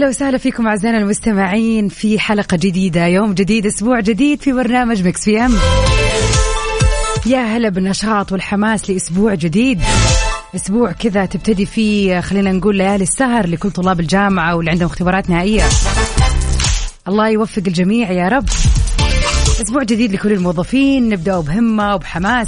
هلا وسهلا فيكم أعزائنا المستمعين في حلقة جديدة، يوم جديد، أسبوع جديد في برنامج ميكس بي ام. يا هلا بالنشاط والحماس لأسبوع جديد، أسبوع كذا تبتدي فيه خلينا نقول ليالي السهر لكل طلاب الجامعة واللي عندهم اختبارات نهائية. الله يوفق الجميع يا رب. أسبوع جديد لكل الموظفين، نبدأ بهمة وبحماس.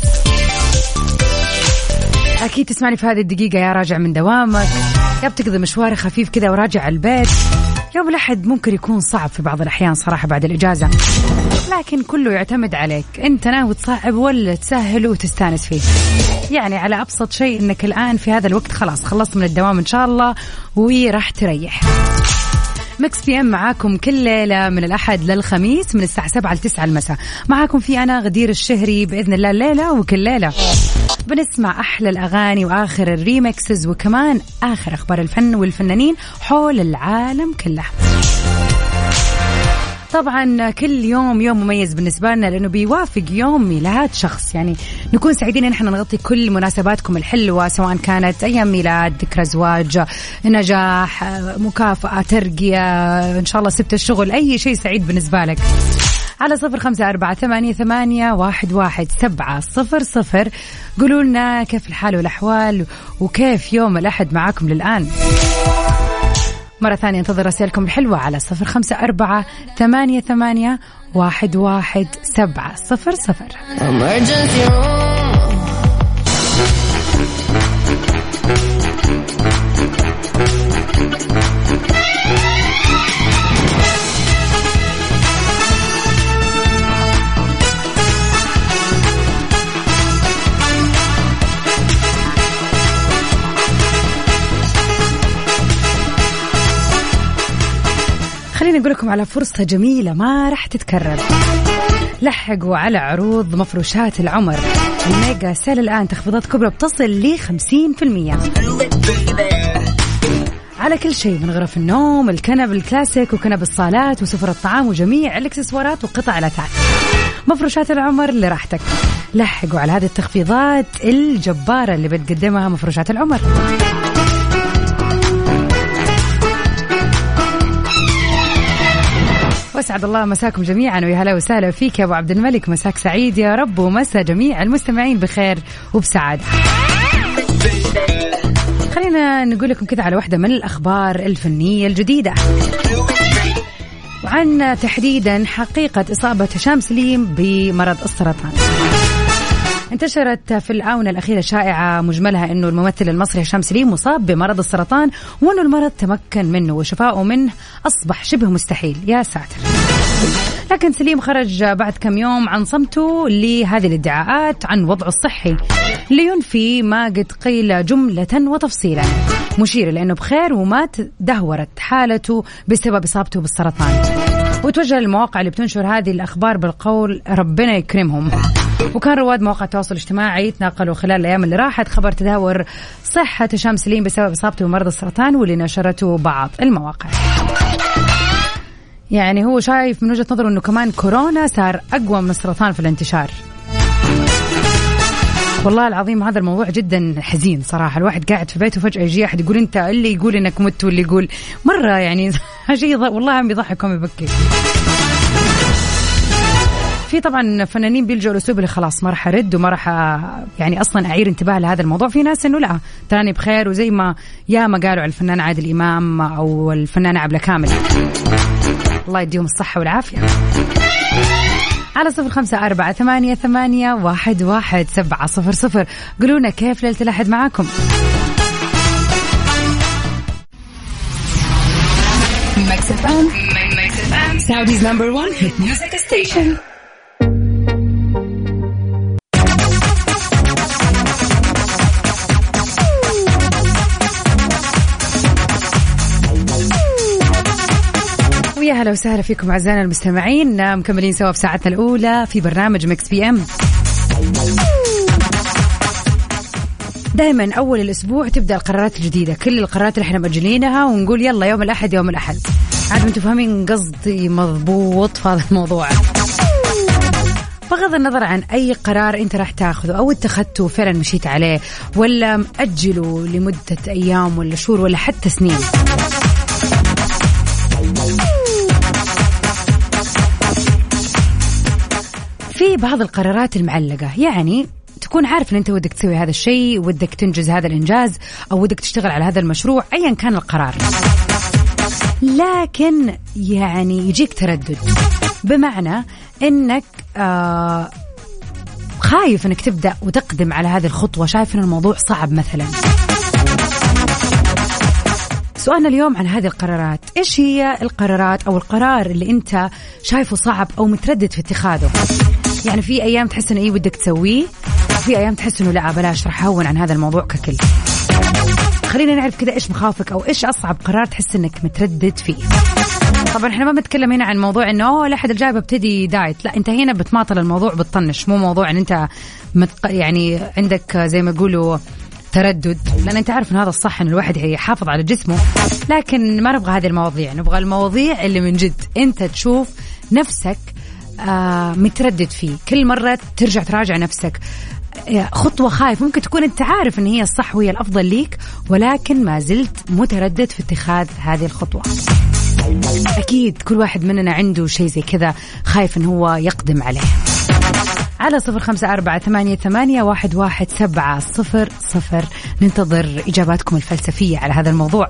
أكيد تسمعني في هذه الدقيقة يا راجع من دوامك، يا بتقضي مشوار خفيف كذا وراجع البيت. يوم الأحد ممكن يكون صعب في بعض الأحيان صراحة بعد الإجازة، لكن كله يعتمد عليك أنت، ناوي تصعب ولا تسهل وتستانس فيه. يعني على أبسط شيء أنك الآن في هذا الوقت خلاص خلصت من الدوام إن شاء الله وراح تريح. ميكس بي ام معاكم كل ليلة من الأحد للخميس من الساعة 7 ل 9 المساء. معاكم في أنا غدير الشهري بإذن الله الليلة وكل ليلة بنسمع أحلى الأغاني وآخر الريمكسز وكمان آخر أخبار الفن والفنانين حول العالم كله. طبعا كل يوم يوم مميز بالنسبة لنا لأنه بيوافق يوم ميلاد شخص، يعني نكون سعيدين إن احنا نغطي كل مناسباتكم الحلوة، سواء كانت أيام ميلاد، ذكرى زواج، نجاح، مكافأة، ترقية، إن شاء الله سبت الشغل، أي شيء سعيد بالنسبة لك. على 0548811700 قولوا لنا كيف الحال والأحوال وكيف يوم الأحد معاكم للآن. مرة ثانية انتظر رسائلكم الحلوة على 0548811700. خليني أقول لكم على فرصة جميلة ما رح تتكرر. لحقوا على عروض مفروشات العمر الميجا سيل الآن، تخفيضات كبرى بتصل ل 50% على كل شيء من غرف النوم، الكنب الكلاسيك وكنب الصالات وسفر الطعام وجميع الاكسسوارات وقطع الأثاث. مفروشات العمر لراحتك. لحقوا على هذه التخفيضات الجبارة اللي بتقدمها مفروشات العمر. واسعد الله مساكم جميعا ويا هلا وسهلا فيك يا ابو عبد الملك، مساك سعيد يا رب ومسا جميع المستمعين بخير وبسعادة. خلينا نقول لكم كذا على واحدة من الأخبار الفنية الجديدة، وعن تحديدا حقيقة إصابة هشام سليم بمرض السرطان. انتشرت في الآونة الأخيرة شائعة مجملها أنه الممثل المصري هشام سليم مصاب بمرض السرطان، وأنه المرض تمكن منه وشفاؤه منه أصبح شبه مستحيل. يا ساتر. لكن سليم خرج بعد كم يوم عن صمته لهذه الادعاءات عن وضعه الصحي لينفي ما قد قيل جملة وتفصيلا، مشير لأنه بخير وما تدهورت حالته بسبب إصابته بالسرطان. وتوجه المواقع اللي بتنشر هذه الأخبار بالقول ربنا يكرمهم. وكان رواد مواقع التواصل الاجتماعي تناقلوا خلال الأيام اللي راحت خبر تدهور صحة هشام سليم بسبب إصابته بمرض السرطان، واللي نشرته بعض المواقع. يعني هو شايف من وجهة نظره أنه كمان كورونا صار أقوى من السرطان في الانتشار. والله العظيم هذا الموضوع جدا حزين صراحة. الواحد قاعد في بيته فجأة يجي أحد يقول أنت، اللي يقول إنك مت واللي يقول مرة، يعني شيء والله هم بيضحك وهم يبكي. في طبعا فنانين بيلجوا الأسلوب اللي خلاص ما راح أرد وما راح يعني أصلا أعير انتباه لهذا الموضوع. في ناس إنه لا تراني بخير، وزي ما يا ما قالوا على الفنان عادل إمام أو الفنانة عبلة كامل، الله يديهم الصحة والعافية. على 0548811700 قولونا كيف ليلة الأحد معاكم. Mix FM, Saudi's #1 hit music station. ويا هلا وسهلا فيكم أعزائنا المستمعين، مكملين سوا في ساعتنا الأولى في برنامج ميكس بي ام. دائما أول الأسبوع تبدأ القرارات الجديدة، كل القرارات اللي احنا مأجلينها ونقول يلا يوم الأحد يوم الأحد. عاد انتم فاهمين قصدي مضبوط في هذا الموضوع. بغض النظر عن أي قرار أنت راح تاخذه أو اتخذته فعلا مشيت عليه ولا مأجله لمدة أيام ولا شهور ولا حتى سنين، في بعض القرارات المعلقة، يعني تكون عارف ان انت ودك تسوي هذا الشيء، ودك تنجز هذا الانجاز، او ودك تشتغل على هذا المشروع ايا كان القرار، لكن يعني يجيك تردد، بمعنى انك خايف انك تبدأ وتقدم على هذه الخطوة، شايف ان الموضوع صعب مثلا. سؤالنا اليوم عن هذه القرارات، إيش هي القرارات أو القرار اللي أنت شايفه صعب أو متردد في اتخاذه؟ يعني في أيام تحس إنه ودك تسويه، في أيام تحس إنه لا بلاش رح أهون عن هذا الموضوع ككل. خلينا نعرف كده إيش مخاوفك أو إيش أصعب قرار تحس إنك متردد فيه. طبعا إحنا ما بنتكلم هنا عن موضوع إنه لحد الجاي ببتدي دايت، لا أنت هنا بتماطل الموضوع، بتطنش، مو موضوع إن أنت يعني عندك زي ما يقولوا تردد، لأن أنت عارف إن هذا الصح، إن الواحد يحافظ على جسمه، لكن ما نبغى هذه المواضيع، نبغى المواضيع اللي من جد أنت تشوف نفسك متردد فيه، كل مرة ترجع تراجع نفسك، خطوة خايف، ممكن تكون أنت عارف إن هي الصح وهي الأفضل ليك، ولكن ما زلت متردد في اتخاذ هذه الخطوة. أكيد كل واحد مننا عنده شيء زي كذا خايف إن هو يقدم عليه. على 0548811700 ننتظر إجاباتكم الفلسفية على هذا الموضوع.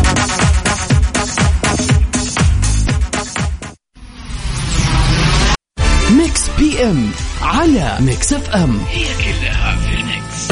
ميكس بي ام على ميكس اف ام، هي كلها في الميكس.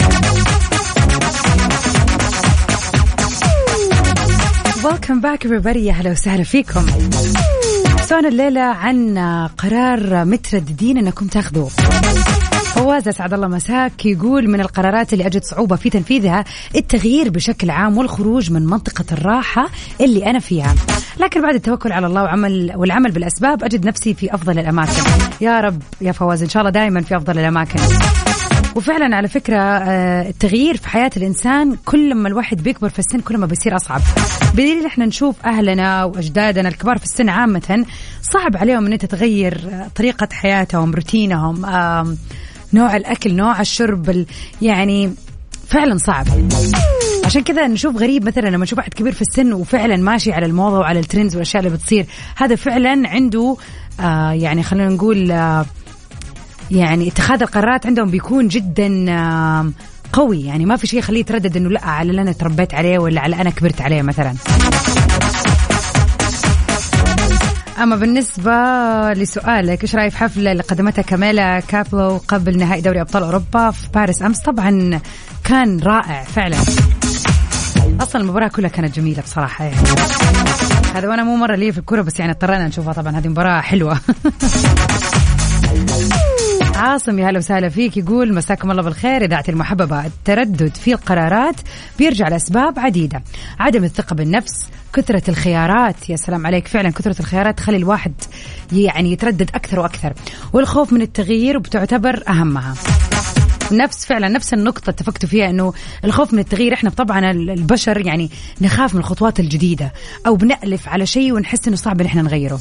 Welcome back everybody، يا هلا وسهلا فيكم. سؤال الليلة عن قرار مترددين أنكم تاخذوه. فواز أسعد الله مساك يقول من القرارات اللي أجد صعوبة في تنفيذها التغيير بشكل عام والخروج من منطقة الراحة اللي أنا فيها، لكن بعد التوكل على الله والعمل بالأسباب أجد نفسي في أفضل الأماكن. يا رب يا فواز إن شاء الله دائما في أفضل الأماكن. وفعلا على فكرة التغيير في حياة الإنسان كل ما الواحد بيكبر في السن كل ما بيصير أصعب، بدليل إحنا نشوف أهلنا وأجدادنا الكبار في السن عامة صعب عليهم أن أنت تغير طريقة حياتهم، روتينهم، نوع الأكل، نوع الشرب، يعني فعلا صعب. عشان كذا نشوف غريب مثلا لما نشوف واحد كبير في السن وفعلا ماشي على الموضة وعلى الترندز والأشياء اللي بتصير، هذا فعلا عنده يعني خلينا نقول يعني اتخاذ القرارات عندهم بيكون جدا قوي، يعني ما في شيء يخليه يتردد انه لا على اللي انا تربيت عليه ولا على انا كبرت عليه مثلا. اما بالنسبه لسؤالك ايش رايك في حفله اللي قدمتها كاميلا كابلو قبل نهائي دوري ابطال اوروبا في باريس امس؟ طبعا كان رائع فعلا، اصلا المباراه كلها كانت جميله بصراحه يعني. هذا وانا مو مره لي في الكوره بس يعني اضطرينا نشوفها، طبعا هذه مباراه حلوه. عاصم يا هلا وسهلا فيك يقول مساكم الله بالخير إذاعة المحببة. التردد في القرارات بيرجع لأسباب عديدة، عدم الثقة بالنفس، كثرة الخيارات. يا سلام عليك، فعلا كثرة الخيارات تخلي الواحد يعني يتردد أكثر وأكثر، والخوف من التغيير وبتعتبر أهمها. فعلا نفس النقطة اتفقتوا فيها، انه الخوف من التغيير، احنا طبعا البشر يعني نخاف من الخطوات الجديدة او بنألف على شيء ونحس انه صعب ان احنا نغيره.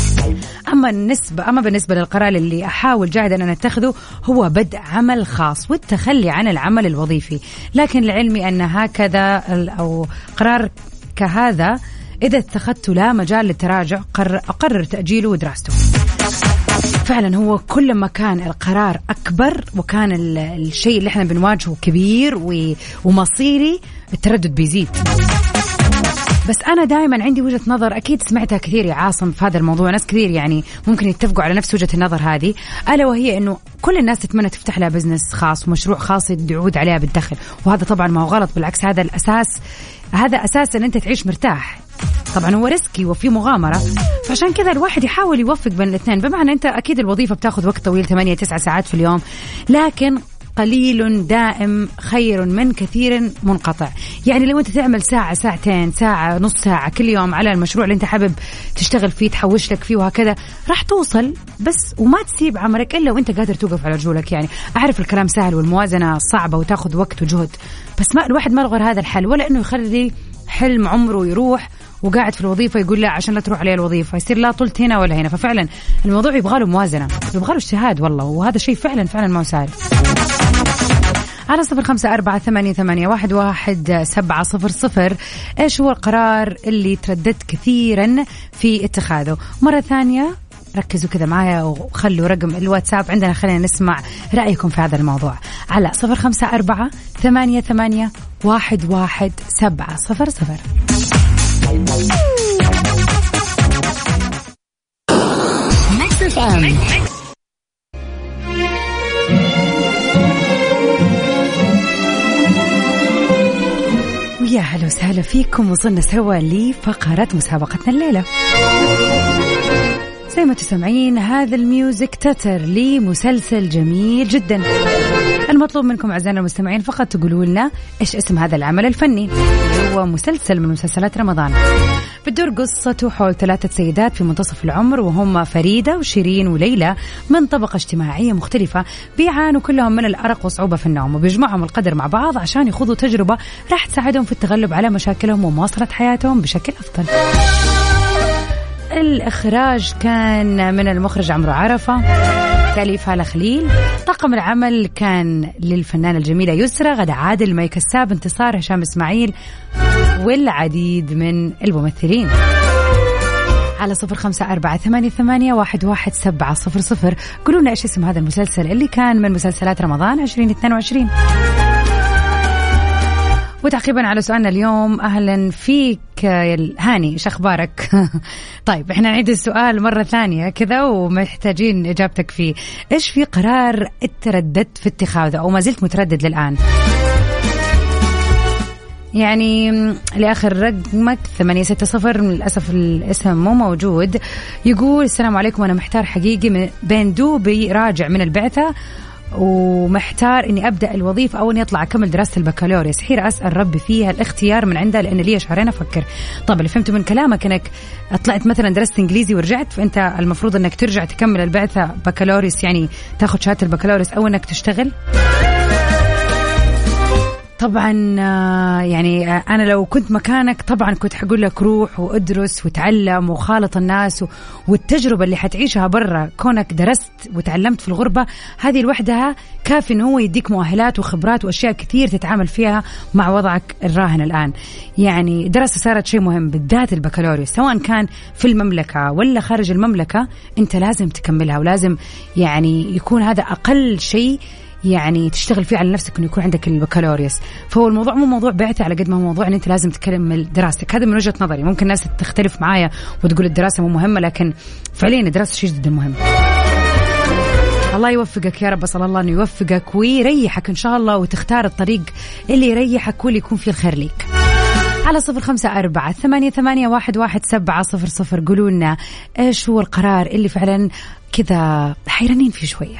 اما بالنسبة للقرار اللي احاول جاهدا ان اتخذه هو بدء عمل خاص والتخلي عن العمل الوظيفي، لكن لعلمي ان هكذا او قرار كهذا اذا اتخذته لا مجال للتراجع اقرر تأجيله ودراسته. فعلا هو كل ما كان القرار أكبر وكان الشيء اللي احنا بنواجهه كبير ومصيري، التردد بيزيد. بس أنا دائما عندي وجهة نظر أكيد سمعتها كثير يا عاصم في هذا الموضوع، ناس كثير يعني ممكن يتفقوا على نفس وجهة النظر هذه، ألا وهي أنه كل الناس تتمنى تفتح لها بزنس خاص ومشروع خاص يعود عليها بالدخل، وهذا طبعا ما هو غلط، بالعكس هذا أساس أن أنت تعيش مرتاح. طبعا هو ريسكي وفي مغامرة، فعشان كذا الواحد يحاول يوفق بين الاثنين، بمعنى أنت أكيد الوظيفة بتاخذ وقت طويل 8-9 ساعات في اليوم، لكن قليل دائم خير من كثير منقطع. يعني لو أنت تعمل ساعة، ساعتين، ساعة، نص ساعة كل يوم على المشروع اللي أنت حابب تشتغل فيه، تحوش لك فيه وهكذا، راح توصل. بس وما تسيب عمرك إلا وأنت قادر توقف على رجولك. يعني أعرف الكلام سهل والموازنة صعبة وتاخذ وقت وجهد، بس الواحد ما لغير هذا الحل، ولا إنه يخلي حلم عمره يروح وقاعد في الوظيفة يقول لا عشان لا تروح عليه الوظيفة، يصير لا طلت هنا ولا هنا. ففعلا الموضوع يبغى له موازنة، يبغى له اجتهاد والله، وهذا شيء فعلا ما هو سهل. على 0548811700 ايش هو القرار اللي ترددت كثيرا في اتخاذه؟ مرة ثانية ركزوا كذا معايا وخلوا رقم الواتساب عندنا، خلينا نسمع رأيكم في هذا الموضوع على 0548811700. ويا هلا وسهلا فيكم، وصلنا سوا لفقرة مسابقتنا الليلة. زي ما تسمعين هذا الميوزك تتر لمسلسل جميل جدا. المطلوب منكم أعزائنا المستمعين فقط تقولوا لنا إيش اسم هذا العمل الفني. هو مسلسل من مسلسلات رمضان، بتدور قصته حول 3 سيدات في منتصف العمر، وهم فريدة وشيرين وليلى، من طبقة اجتماعية مختلفة، بيعانوا كلهم من الأرق وصعوبة في النوم، وبيجمعهم القدر مع بعض عشان يخوضوا تجربة راح تساعدهم في التغلب على مشاكلهم ومواصلة حياتهم بشكل أفضل. الإخراج كان من المخرج عمرو عرفة، تأليف هالة خليل. طاقم العمل كان للفنانة الجميلة يسرى، غدا عادل، مي كساب، انتصار، هشام إسماعيل، والعديد من الممثلين. على 0548811700 قولوا لنا إيش اسم هذا المسلسل اللي كان من مسلسلات رمضان 2022. وتعقيبا على سؤالنا اليوم، أهلا فيك هاني، إيش أخبارك؟ طيب إحنا نعيد السؤال مرة ثانية كذا ومحتاجين إجابتك فيه. إيش في قرار ترددت في اتخاذه أو ما زلت متردد للآن؟ يعني لآخر رقمك 860، للأسف الاسم مو موجود. يقول السلام عليكم، أنا محتار حقيقي بين دوبي راجع من البعثة ومحتار إني أبدأ الوظيفة أو إني أطلع أكمل دراسة البكالوريوس. حيرة أسأل ربي فيها الاختيار من عنده، لأن لي شهرين أفكر. طب اللي فهمته من كلامك إنك طلعت مثلا درست إنجليزي ورجعت، فأنت المفروض إنك ترجع تكمل البعثة بكالوريوس، يعني تاخد شهادة البكالوريوس، أو إنك تشتغل. طبعا يعني أنا لو كنت مكانك طبعا كنت حقول لك روح وادرس وتعلم وخالط الناس، والتجربة اللي حتعيشها برا، كونك درست وتعلمت في الغربة، هذه لوحدها كافي إنه هو يديك مؤهلات وخبرات وأشياء كثير تتعامل فيها مع وضعك الراهن الآن. يعني دراسة صارت شيء مهم، بالذات البكالوريوس، سواء كان في المملكة ولا خارج المملكة، أنت لازم تكملها، ولازم يعني يكون هذا أقل شيء يعني تشتغل فيه على نفسك، إنه يكون عندك البكالوريوس. فهو الموضوع مو موضوع بعثة على قد ما هو موضوع إن أنت لازم تكمل دراستك. هذا من وجهة نظري، ممكن الناس تختلف معايا وتقول الدراسة مو مهمة، لكن فعليا الدراسة شيء جدا مهم. الله يوفقك يا رب، صلى الله أنه يوفقك ويريحك إن شاء الله، وتختار الطريق اللي يريحك واللي يكون فيه الخير ليك. على 0548811700 قولوا لنا إيش هو القرار اللي فعلا كذا حيرانين فيه شوية.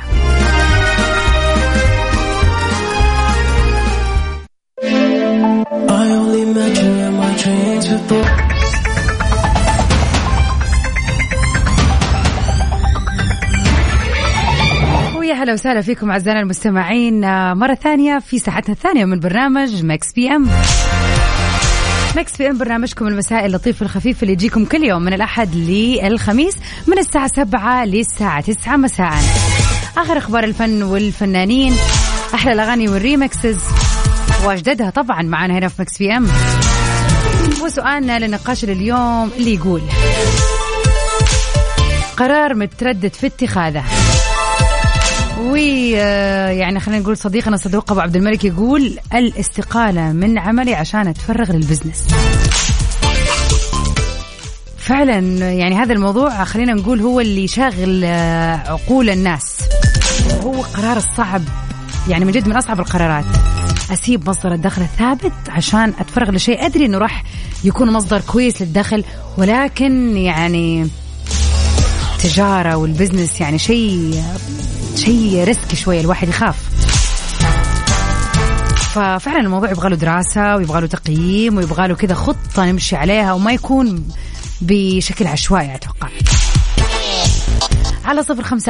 I only met you in my dreams before. ويا هلا وسهلا فيكم أعزائنا المستمعين مرة ثانية في ساعتنا الثانية من برنامج مكس بي ام. مكس بي ام برنامجكم المسائي اللطيف والخفيف اللي يجيكم كل يوم من الأحد للخميس من الساعة 7 للساعة 9 مساء. آخر أخبار الفن والفنانين، أحلى الأغاني والريمكسز واجددها طبعا معنا هنا في مكس بي ام. وسؤالنا للنقاش لليوم اللي يقول قرار متردد في اتخاذه. يعني خلينا نقول صديقنا صدوق أبو عبد الملك يقول الاستقالة من عملي عشان أتفرغ للبزنس. فعلا يعني هذا الموضوع خلينا نقول هو اللي شاغل عقول الناس، هو قرار الصعب، يعني من جد من أصعب القرارات. أسيب مصدر الدخل الثابت عشان أتفرغ لشيء أدري أنه راح يكون مصدر كويس للدخل، ولكن يعني تجارة والبزنس يعني شيء ريسكي شوية، الواحد يخاف. ففعلا الموضوع يبغى له دراسة ويبغى له تقييم ويبغى له كذا خطة نمشي عليها، وما يكون بشكل عشوائي أتوقع. على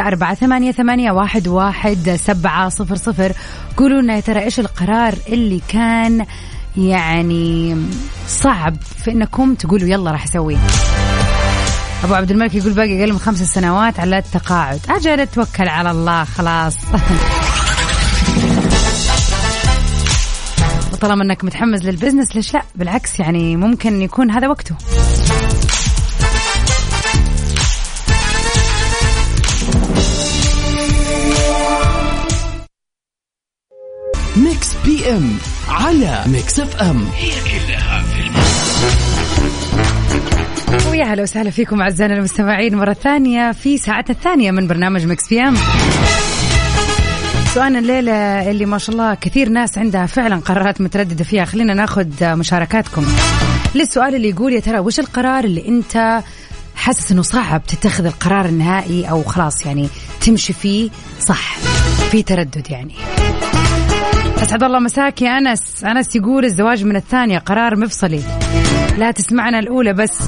0548811700 قولوا لنا ترى إيش القرار اللي كان يعني صعب في إنكم تقولوا يلا راح أسويه. أبو عبد الملك يقول باقي أقل من 5 سنوات على التقاعد، أجل توكل على الله خلاص. وطالما أنك متحمس للبزنس ليش لا، بالعكس يعني ممكن يكون هذا وقته. ام على ميكس اف ام. هي كلها في ويا هلا وسهلا فيكم أعزائنا المستمعين مرة ثانية في ساعتنا الثانية من برنامج ميكس بي ام. سؤالنا الليلة اللي ما شاء الله كثير ناس عندها فعلا قرارات مترددة فيها، خلينا ناخذ مشاركاتكم للسؤال اللي يقول يا ترى وش القرار اللي انت حاسس انه صعب تتخذ القرار النهائي او خلاص يعني تمشي فيه صح في تردد يعني. أسعد الله مساك يا أنس. أنس يقول الزواج من الثانية قرار مفصلي، لا تسمعنا الأولى بس.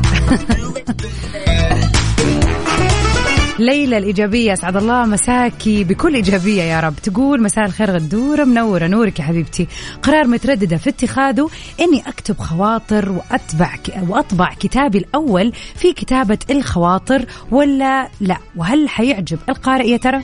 ليلى الإيجابية أسعد الله مساكي بكل إيجابية يا رب، تقول مساء الخير غدورة منورة نورك يا حبيبتي. قرار مترددة في اتخاذه إني أكتب خواطر وأطبع كتابي الأول في كتابة الخواطر ولا لا، وهل حيعجب القارئ يا ترى؟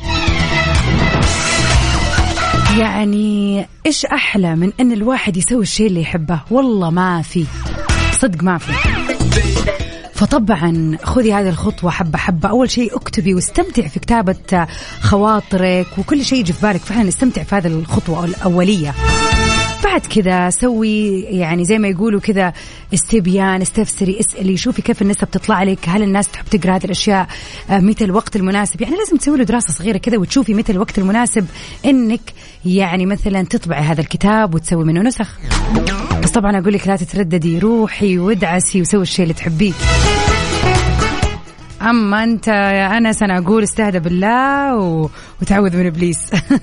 يعني إيش أحلى من أن الواحد يسوي الشيء اللي يحبه؟ والله ما في، صدق ما في. فطبعا خذي هذه الخطوة حبة حبة. أول شيء اكتبي واستمتع في كتابة خواطرك وكل شيء يجي في بالك، فعلا استمتع في هذه الخطوة الأولية. بعد كذا سوي يعني زي ما يقولوا كذا استبيان، استفسري، اسألي، شوفي كيف النسب تطلع لك، هل الناس تحب تقرأ هذه الأشياء، متى الوقت المناسب. يعني لازم تسوي له دراسة صغيرة كذا وتشوفي متى الوقت المناسب إنك يعني مثلا تطبعي هذا الكتاب وتسوي منه نسخ. بس طبعا أقول لك لا تترددي، روحي وادعسي وسوي الشيء اللي تحبيه. أما أنت يا أنس أنا أقول استهدى بالله وتعوذ من إبليس.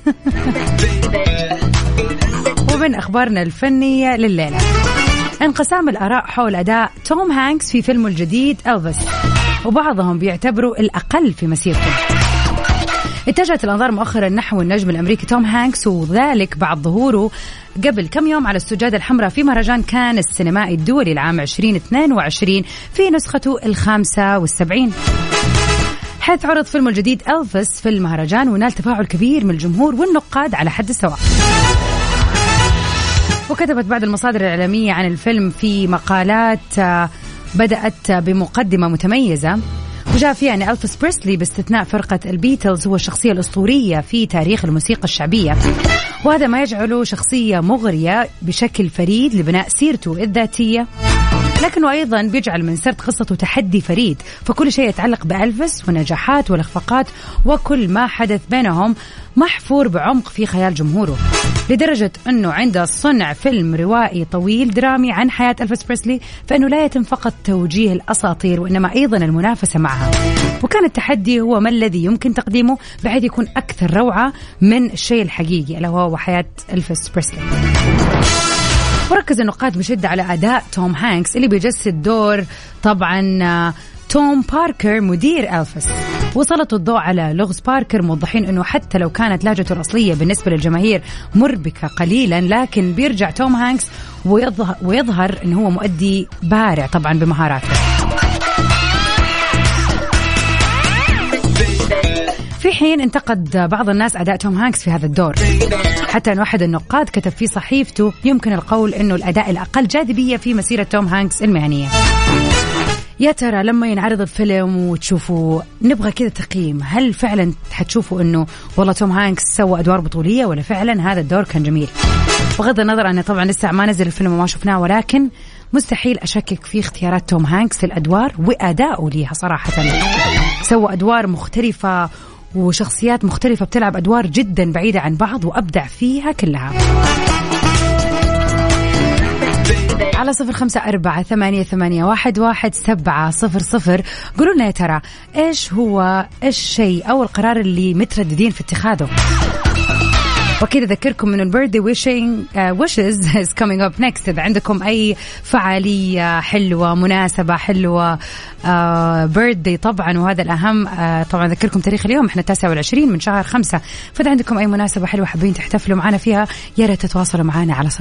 ومن أخبارنا الفنية لليلة، انقسام الآراء حول أداء توم هانكس في فيلمه الجديد ألفيس، وبعضهم بيعتبروا الأقل في مسيرته. اتجهت الأنظار مؤخرا نحو النجم الأمريكي توم هانكس، وذلك بعد ظهوره قبل كم يوم على السجادة الحمراء في مهرجان كان السينمائي الدولي العام 2022 في نسخته 75، حيث عرض فيلمه الجديد ألفيس في المهرجان ونال تفاعل كبير من الجمهور والنقاد على حد السواء. وكتبت بعض المصادر الإعلامية عن الفيلم في مقالات بدأت بمقدمة متميزة وجاء فيها أن ألفيس بريسلي باستثناء فرقة البيتلز هو الشخصية الأسطورية في تاريخ الموسيقى الشعبية، وهذا ما يجعله شخصية مغرية بشكل فريد لبناء سيرته الذاتية، لكنه أيضا بيجعل من سرد قصته تحدي فريد. فكل شيء يتعلق بألفيس والنجاحات والإخفاقات وكل ما حدث بينهم محفور بعمق في خيال جمهوره، لدرجة أنه عند صنع فيلم روائي طويل درامي عن حياة ألفيس بريسلي فإنه لا يتم فقط توجيه الأساطير وإنما أيضا المنافسة معها. وكان التحدي هو ما الذي يمكن تقديمه بحيث يكون أكثر روعة من الشيء الحقيقي اللي هو حياة ألفيس بريسلي. وركز النقاد بشدة على أداء توم هانكس اللي بيجسد دور طبعا توم باركر مدير ألفيس، وسلطوا الضوء على لغز باركر موضحين أنه حتى لو كانت لهجته الأصلية بالنسبة للجماهير مربكة قليلا، لكن بيرجع توم هانكس ويظهر أنه هو مؤدي بارع طبعا بمهاراته. في حين انتقد بعض الناس أداء توم هانكس في هذا الدور، حتى أن واحد النقاد كتب في صحيفته يمكن القول أنه الأداء الأقل جاذبية في مسيرة توم هانكس المهنية. يا ترى لما ينعرض الفيلم وتشوفوا نبغى كذا تقييم، هل فعلا حتشوفوا أنه والله توم هانكس سوى أدوار بطولية ولا فعلا هذا الدور كان جميل؟ بغض النظر أنه طبعا لسه ما نزل الفيلم وما شفناه، ولكن مستحيل أشكك في اختيارات توم هانكس للأدوار وأداؤه ليها صراحة. سوى أدوار مختلفة وشخصيات مختلفة بتلعب أدوار جدا بعيدة عن بعض وأبدع فيها كلها. على 0548811700 قولوا لنا يا ترى إيش هو الشيء أو القرار اللي مترددين في اتخاذه. وأكيد أذكركم من البيرثدي wishes is coming up next. إذا عندكم أي فعالية حلوة، مناسبة حلوة، بيرثدي طبعا وهذا الأهم، طبعا أذكركم تاريخ اليوم إحنا 29 من شهر 5، فإذا عندكم أي مناسبة حلوة حابين تحتفلوا معنا فيها يا ريت تتواصلوا معنا على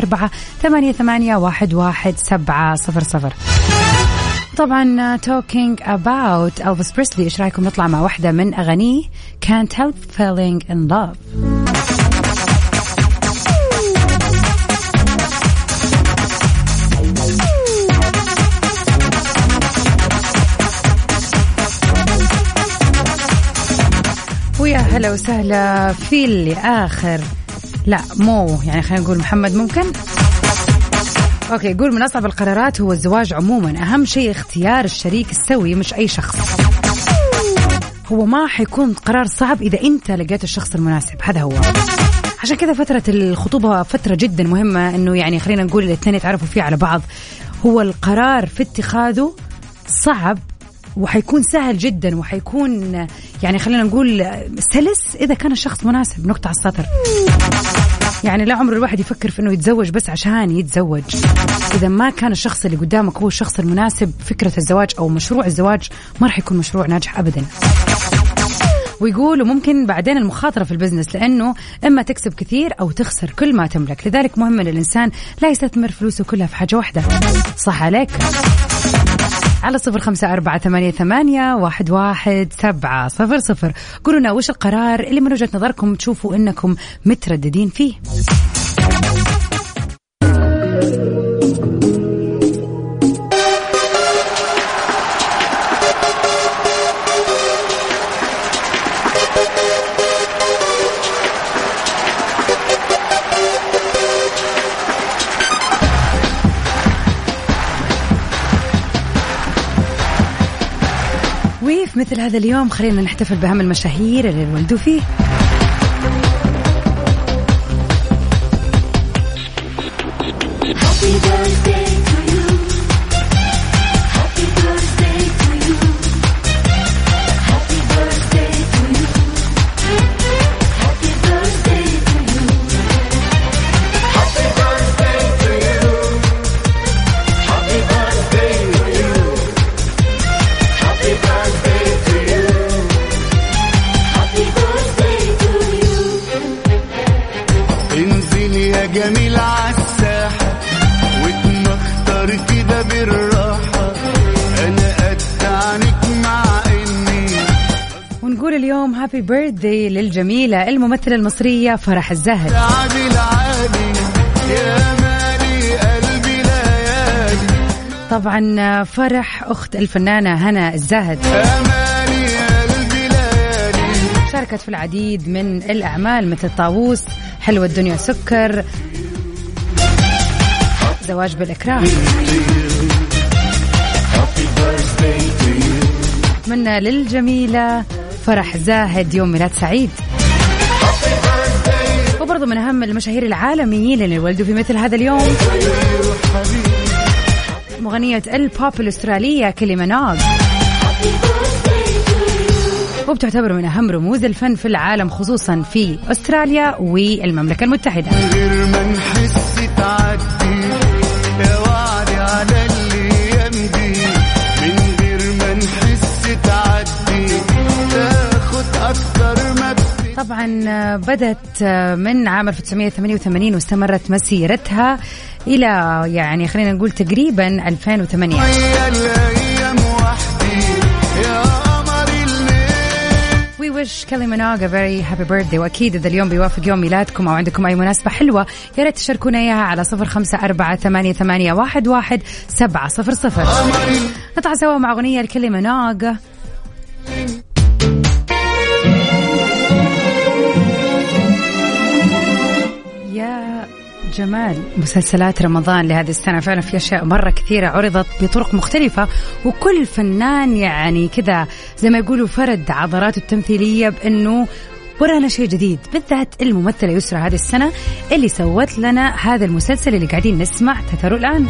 0548811700. طبعا talking about Elvis Presley، إيش رأيكم نطلع مع واحدة من أغانيه Can't Help Falling in Love. ويا هلا وسهلا في اللي آخر لا مو يعني خلينا نقول محمد ممكن. اوكي يقول من اصعب القرارات هو الزواج عموما، اهم شيء اختيار الشريك السوي مش اي شخص. هو ما حيكون قرار صعب اذا انت لقيت الشخص المناسب، هذا هو. عشان كذا فترة الخطوبة فترة جدا مهمة، انه يعني خلينا نقول الاثنين يتعرفوا فيه على بعض. هو القرار في اتخاذه صعب وحيكون سهل جدا وحيكون يعني خلينا نقول سلس إذا كان الشخص مناسب. نقطة على السطر. يعني لا عمر الواحد يفكر في أنه يتزوج بس عشان يتزوج. إذا ما كان الشخص اللي قدامك هو الشخص المناسب، فكرة الزواج أو مشروع الزواج ما رح يكون مشروع ناجح أبدا. ويقولوا ممكن بعدين المخاطرة في البزنس، لأنه إما تكسب كثير أو تخسر كل ما تملك. لذلك مهم أن الإنسان لا يستثمر فلوسه كلها في حاجة واحدة. صح عليك. على 0548811700 قولوا لنا وش القرار اللي من وجهة نظركم تشوفوا إنكم مترددين فيه. وفي مثل هذا اليوم خلينا نحتفل بأهم المشاهير اللي ولدوا فيه. جميل عالساحة وتمختار كده بالراحة، أنا أتعنك مع إني. ونقول اليوم هابي بيرثدي للجميلة الممثلة المصرية فرح الزاهد. يا مالي قلبي ليالي. طبعا فرح أخت الفنانة هنا الزاهد، شاركت في العديد من الأعمال مثل طاووس، حلوة الدنيا سكر، زواج بالإكراه. أتمنى للجميلة فرح زاهد يوم ميلاد سعيد. وبرضو من أهم المشاهير العالميين اللي ولدوا في مثل هذا اليوم مغنية البوب الأسترالية كيلي مينوغ، وبتعتبر من أهم رموز الفن في العالم خصوصا في أستراليا والمملكة المتحدة. طبعا بدأت من عام 1988 واستمرت مسيرتها إلى يعني خلينا نقول تقريبا 2008. We wish Kelly Minogue a very happy birthday. وأكيد إذا اليوم بيوافق يوم ميلادكم أو عندكم أي مناسبة حلوة يا ريت تشاركونا إياها على 0548811700. نطلع سوا مع أغنية لكيلي مينوغ. يا جمال مسلسلات رمضان لهذه السنة، فعلا في أشياء مرة كثيرة عرضت بطرق مختلفة، وكل فنان يعني كذا زي ما يقولوا فرد عضلاته التمثيلية بأنه ورانا شيء جديد، بالذات الممثلة يسرى هذه السنة اللي سوت لنا هذا المسلسل اللي قاعدين نسمع تتروا الآن.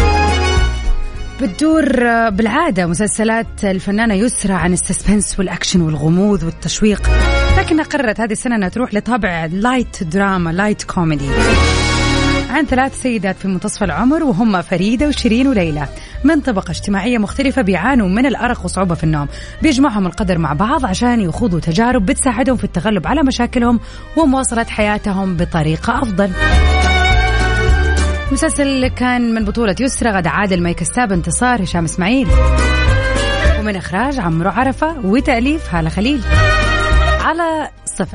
بتدور بالعادة مسلسلات الفنانة يسرى عن السسبنس والأكشن والغموض والتشويق، لكنها قررت هذه السنة أنها تروح لطابع لايت دراما، لايت كوميدي، عن 3 سيدات في منتصف العمر وهم فريدة وشيرين وليلى، من طبقة اجتماعية مختلفة بيعانوا من الأرق وصعوبة في النوم. بيجمعهم القدر مع بعض عشان يخوضوا تجارب بتساعدهم في التغلب على مشاكلهم ومواصلة حياتهم بطريقة أفضل. المسلسل كان من بطولة يسرى، غادة عادل، مي كساب، انتصار، هشام إسماعيل، ومن إخراج عمرو عرفة وتأليف هالة خليل. على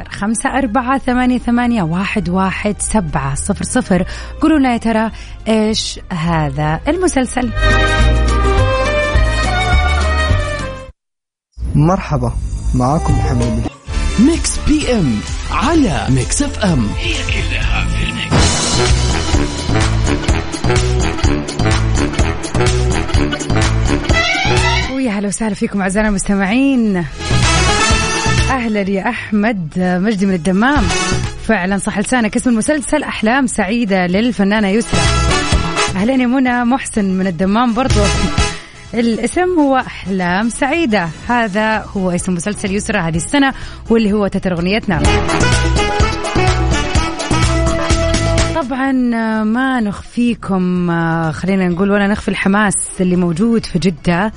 0548811700 قولوا لنا يا ترى إيش هذا المسلسل. مرحبا معاكم محمد. ميكس بي ام على ميكس اف ام. هي كلها في الميكس. ويا هلا وسهلا فيكم أعزائنا المستمعين. أهلا يا أحمد مجدي من الدمام. فعلا صح لسانك، اسم المسلسل أحلام سعيدة للفنانة يسرى. أهلين يا منى محسن من الدمام برضو، الاسم هو أحلام سعيدة، هذا هو اسم مسلسل يسرى هذه السنة واللي هو تتر أغنيتنا. طبعا ما نخفيكم، خلينا نقول ولا نخفي الحماس اللي موجود في جدة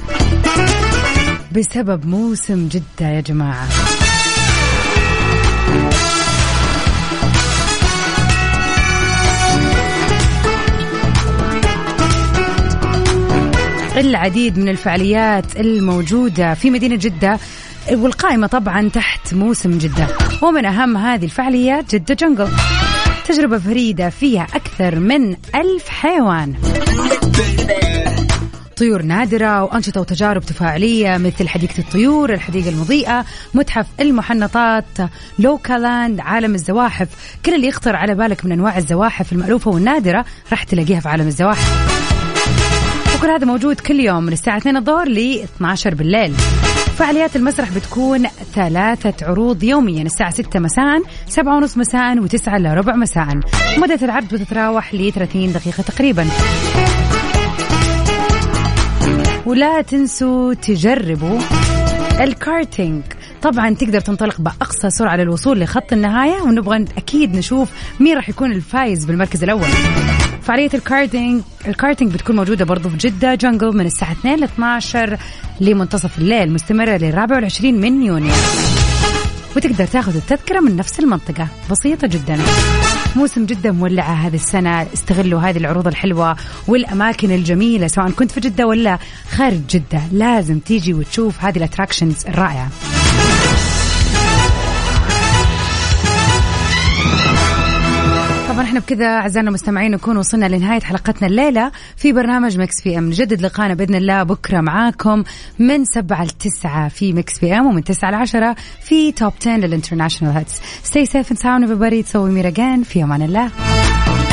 بسبب موسم جدة يا جماعة. العديد من الفعاليات الموجودة في مدينة جدة والقائمة طبعا تحت موسم جدة، ومن أهم هذه الفعاليات جدة جنجل، تجربة فريدة فيها أكثر من 1000 حيوان، طيور نادرة وأنشطة وتجارب تفاعلية مثل حديقة الطيور، الحديقة المضيئة، متحف المحنطات، لوكالاند، عالم الزواحف. كل اللي يخطر على بالك من أنواع الزواحف المألوفة والنادرة راح تلاقيها في عالم الزواحف. وكل هذا موجود كل يوم من الساعة 2 الظهر ل 12 بالليل. فعاليات المسرح بتكون 3 عروض يوميا، الساعة 6 مساء، 7:30 مساء، و9 إلا ربع مساء. مدة العرض بتتراوح ل 30 دقيقة تقريبا. ولا تنسوا تجربوا الكارتينج، طبعا تقدر تنطلق بأقصى سرعة للوصول لخط النهاية، ونبغى أكيد نشوف مين راح يكون الفايز بالمركز الأول. فعالية الكارتينج بتكون موجودة برضو في جدة جنجل من الساعة 2 ل 12 لمنتصف الليل، مستمرة لل24 من يونيو، وتقدر تاخذ التذكرة من نفس المنطقة، بسيطة جدا. موسم جدة مولعة هذه السنة، استغلوا هذه العروض الحلوة والأماكن الجميلة سواء كنت في جدة ولا خارج جدة، لازم تيجي وتشوف هذه الاتراكشنز الرائعة. طبعا احنا بكذا اعزائنا المستمعين نكون وصلنا لنهاية حلقتنا الليلة في برنامج ميكس بي ام. نجدد لقانا بإذن الله بكرة معاكم من 7 ل 9 في ميكس بي ام، ومن 9 ل 10 في توب 10 للانترناشنال هيتس. Stay safe and sound everybody. تسوي مير again في أمان الله.